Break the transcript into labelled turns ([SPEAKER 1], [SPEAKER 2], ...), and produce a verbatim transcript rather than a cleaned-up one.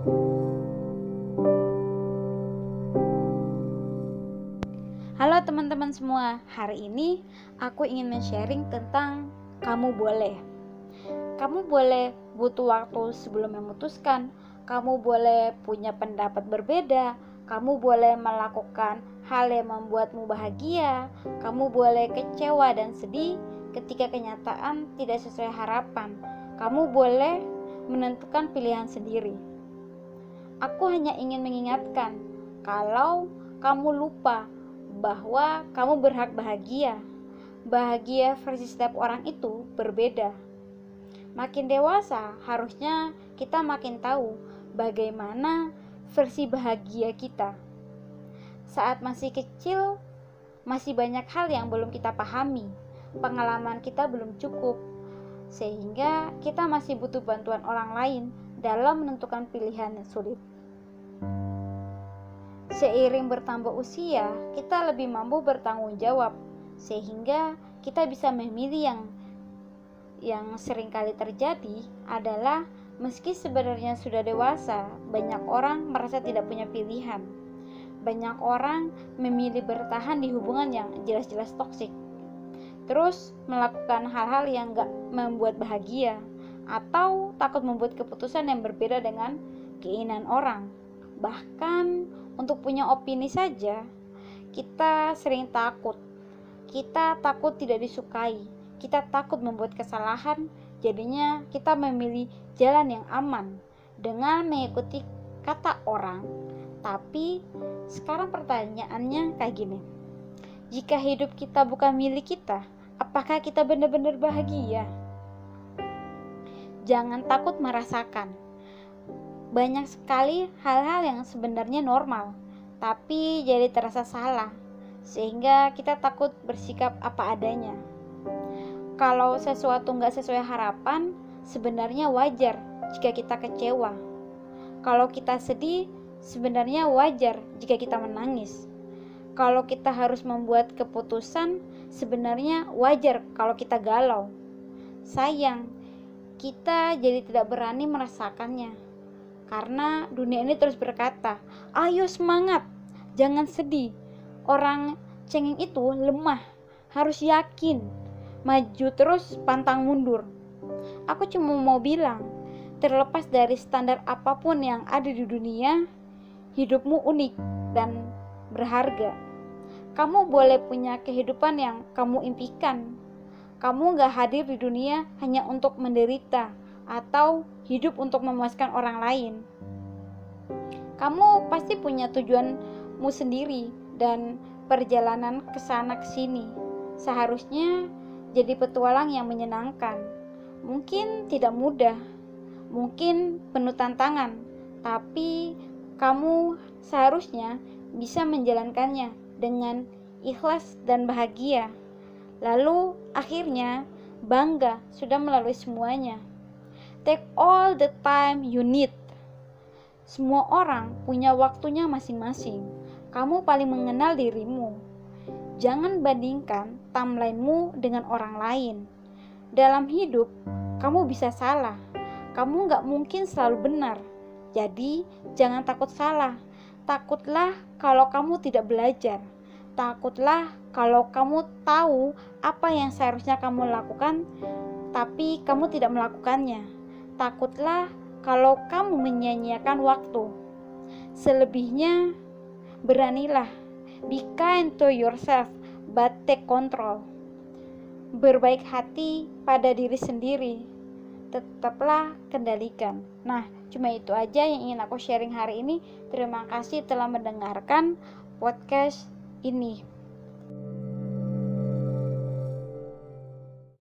[SPEAKER 1] Halo teman-teman semua, hari ini aku ingin men-sharing tentang kamu boleh. Kamu boleh butuh waktu sebelum memutuskan, kamu boleh punya pendapat berbeda, kamu boleh melakukan hal yang membuatmu bahagia, kamu boleh kecewa dan sedih ketika kenyataan tidak sesuai harapan. Kamu boleh menentukan pilihan sendiri. Aku hanya ingin mengingatkan, kalau kamu lupa bahwa kamu berhak bahagia. Bahagia versi setiap orang itu berbeda. Makin dewasa, harusnya kita makin tahu bagaimana versi bahagia kita. Saat masih kecil, masih banyak hal yang belum kita pahami. Pengalaman kita belum cukup, sehingga kita masih butuh bantuan orang lain dalam menentukan pilihan yang sulit. Seiring bertambah usia, kita lebih mampu bertanggung jawab, sehingga kita bisa memilih. Yang yang seringkali terjadi adalah meski sebenarnya sudah dewasa, banyak orang merasa tidak punya pilihan. Banyak orang memilih bertahan di hubungan yang jelas-jelas toksik, terus melakukan hal-hal yang gak membuat bahagia, atau takut membuat keputusan yang berbeda dengan keinginan orang. Bahkan untuk punya opini saja, kita sering takut. Kita takut tidak disukai. Kita takut membuat kesalahan. Jadinya kita memilih jalan yang aman dengan mengikuti kata orang. Tapi sekarang pertanyaannya kayak gini. Jika hidup kita bukan milik kita, apakah kita benar-benar bahagia? Jangan takut merasakan. Banyak sekali hal-hal yang sebenarnya normal, tapi jadi terasa salah, sehingga kita takut bersikap apa adanya. Kalau sesuatu nggak sesuai harapan, sebenarnya wajar jika kita kecewa. Kalau kita sedih, sebenarnya wajar jika kita menangis. Kalau kita harus membuat keputusan, sebenarnya wajar kalau kita galau. Sayang, kita jadi tidak berani merasakannya. Karena dunia ini terus berkata, ayo semangat, jangan sedih. Orang cengeng itu lemah, harus yakin, maju terus pantang mundur. Aku cuma mau bilang, terlepas dari standar apapun yang ada di dunia, hidupmu unik dan berharga. Kamu boleh punya kehidupan yang kamu impikan. Kamu gak hadir di dunia hanya untuk menderita atau hidup untuk memuaskan orang lain. Kamu pasti punya tujuanmu sendiri dan perjalanan kesana kesini seharusnya jadi petualang yang menyenangkan. Mungkin tidak mudah, mungkin penuh tantangan, tapi kamu seharusnya bisa menjalankannya dengan ikhlas dan bahagia. Lalu akhirnya bangga sudah melalui semuanya. Take all the time you need. Semua orang punya waktunya masing-masing. Kamu paling mengenal dirimu. Jangan bandingkan timelinemu dengan orang lain. Dalam hidup, kamu bisa salah. Kamu gak mungkin selalu benar. Jadi, jangan takut salah. Takutlah kalau kamu tidak belajar. Takutlah kalau kamu tahu apa yang seharusnya kamu lakukan, tapi kamu tidak melakukannya. Takutlah kalau kamu menyia-nyiakan waktu. Selebihnya, beranilah. Be kind to yourself, but take control. Berbaik hati pada diri sendiri. Tetaplah kendalikan. Nah, cuma itu aja yang ingin aku sharing hari ini. Terima kasih telah mendengarkan podcast ini.